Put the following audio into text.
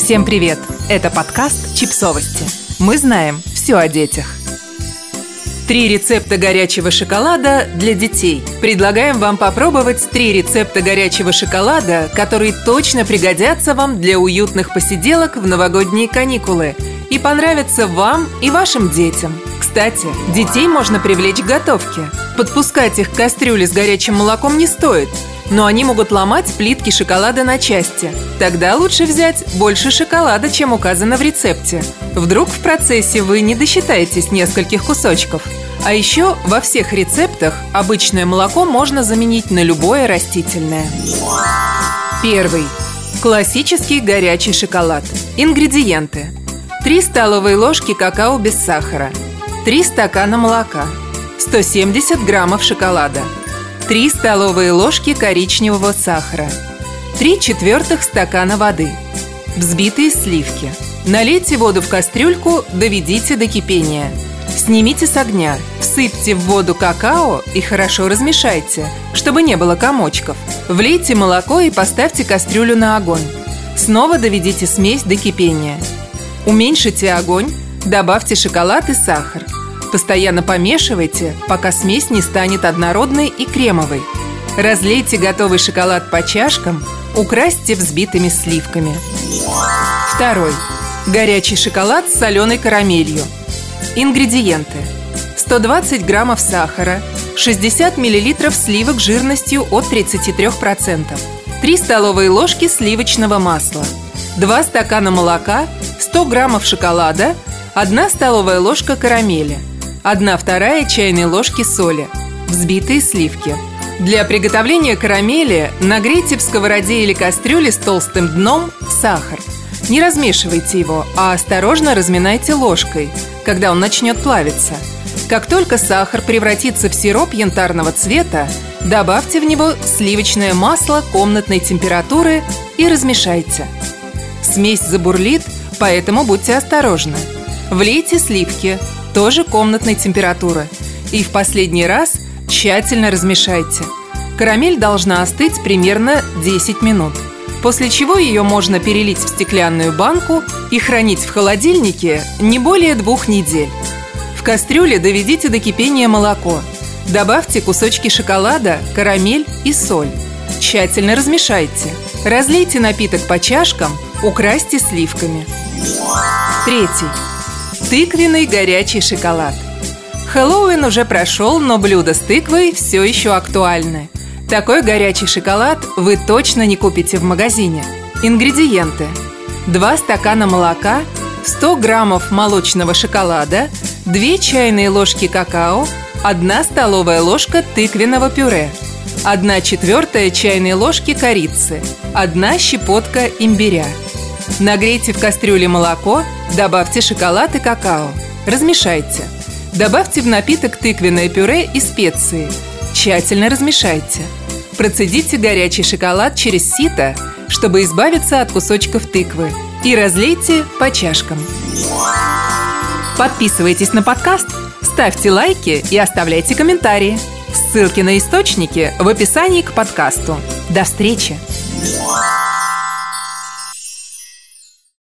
Всем привет! Это подкаст «Чипсовости». Мы знаем все о детях. 3 рецепта горячего шоколада для детей. Предлагаем вам попробовать 3 рецепта горячего шоколада, которые точно пригодятся вам для уютных посиделок в новогодние каникулы и понравятся вам и вашим детям. Кстати, детей можно привлечь к готовке. Подпускать их к кастрюле с горячим молоком не стоит, но они могут ломать плитки шоколада на части. Тогда лучше взять больше шоколада, чем указано в рецепте. Вдруг в процессе вы не досчитаетесь нескольких кусочков. А еще во всех рецептах обычное молоко можно заменить на любое растительное. Первый. Классический горячий шоколад. Ингредиенты. 3 столовые ложки какао без сахара, 3 стакана молока, 170 граммов шоколада, 3 столовые ложки коричневого сахара, 3/4 стакана воды, взбитые сливки. Налейте воду в кастрюльку, доведите до кипения. Снимите с огня, всыпьте в воду какао и хорошо размешайте, чтобы не было комочков. Влейте молоко и поставьте кастрюлю на огонь. Снова доведите смесь до кипения. Уменьшите огонь, добавьте шоколад и сахар. Постоянно помешивайте, пока смесь не станет однородной и кремовой. Разлейте готовый шоколад по чашкам, украсьте взбитыми сливками. Второй. Горячий шоколад с соленой карамелью. Ингредиенты. 120 граммов сахара, 60 мл сливок жирностью от 33%, 3 столовые ложки сливочного масла, 2 стакана молока, 100 граммов шоколада, 1 столовая ложка карамели, 1/2 чайной ложки соли, взбитые сливки. Для приготовления карамели нагрейте в сковороде или кастрюле с толстым дном сахар. Не размешивайте его, а осторожно разминайте ложкой, когда он начнет плавиться. Как только сахар превратится в сироп янтарного цвета, добавьте в него сливочное масло комнатной температуры и размешайте. Смесь забурлит, поэтому будьте осторожны. Влейте сливки, тоже комнатной температуры, и в последний раз тщательно размешайте. Карамель должна остыть примерно 10 минут, после чего ее можно перелить в стеклянную банку и хранить в холодильнике не более 2 недель. В кастрюле доведите до кипения молоко. Добавьте кусочки шоколада, карамель и соль. Тщательно размешайте. Разлейте напиток по чашкам, украсьте сливками. Третий. Тыквенный горячий шоколад. Хэллоуин уже прошел, но блюда с тыквой все еще актуальны. Такой горячий шоколад вы точно не купите в магазине. Ингредиенты. 2 стакана молока, 100 граммов молочного шоколада, 2 чайные ложки какао, 1 столовая ложка тыквенного пюре, 1/4 чайной ложки корицы, 1 щепотка имбиря. Нагрейте в кастрюле молоко, добавьте шоколад и какао. Размешайте. Добавьте в напиток тыквенное пюре и специи. Тщательно размешайте. Процедите горячий шоколад через сито, чтобы избавиться от кусочков тыквы, и разлейте по чашкам. Подписывайтесь на подкаст, ставьте лайки и оставляйте комментарии. Ссылки на источники в описании к подкасту. До встречи!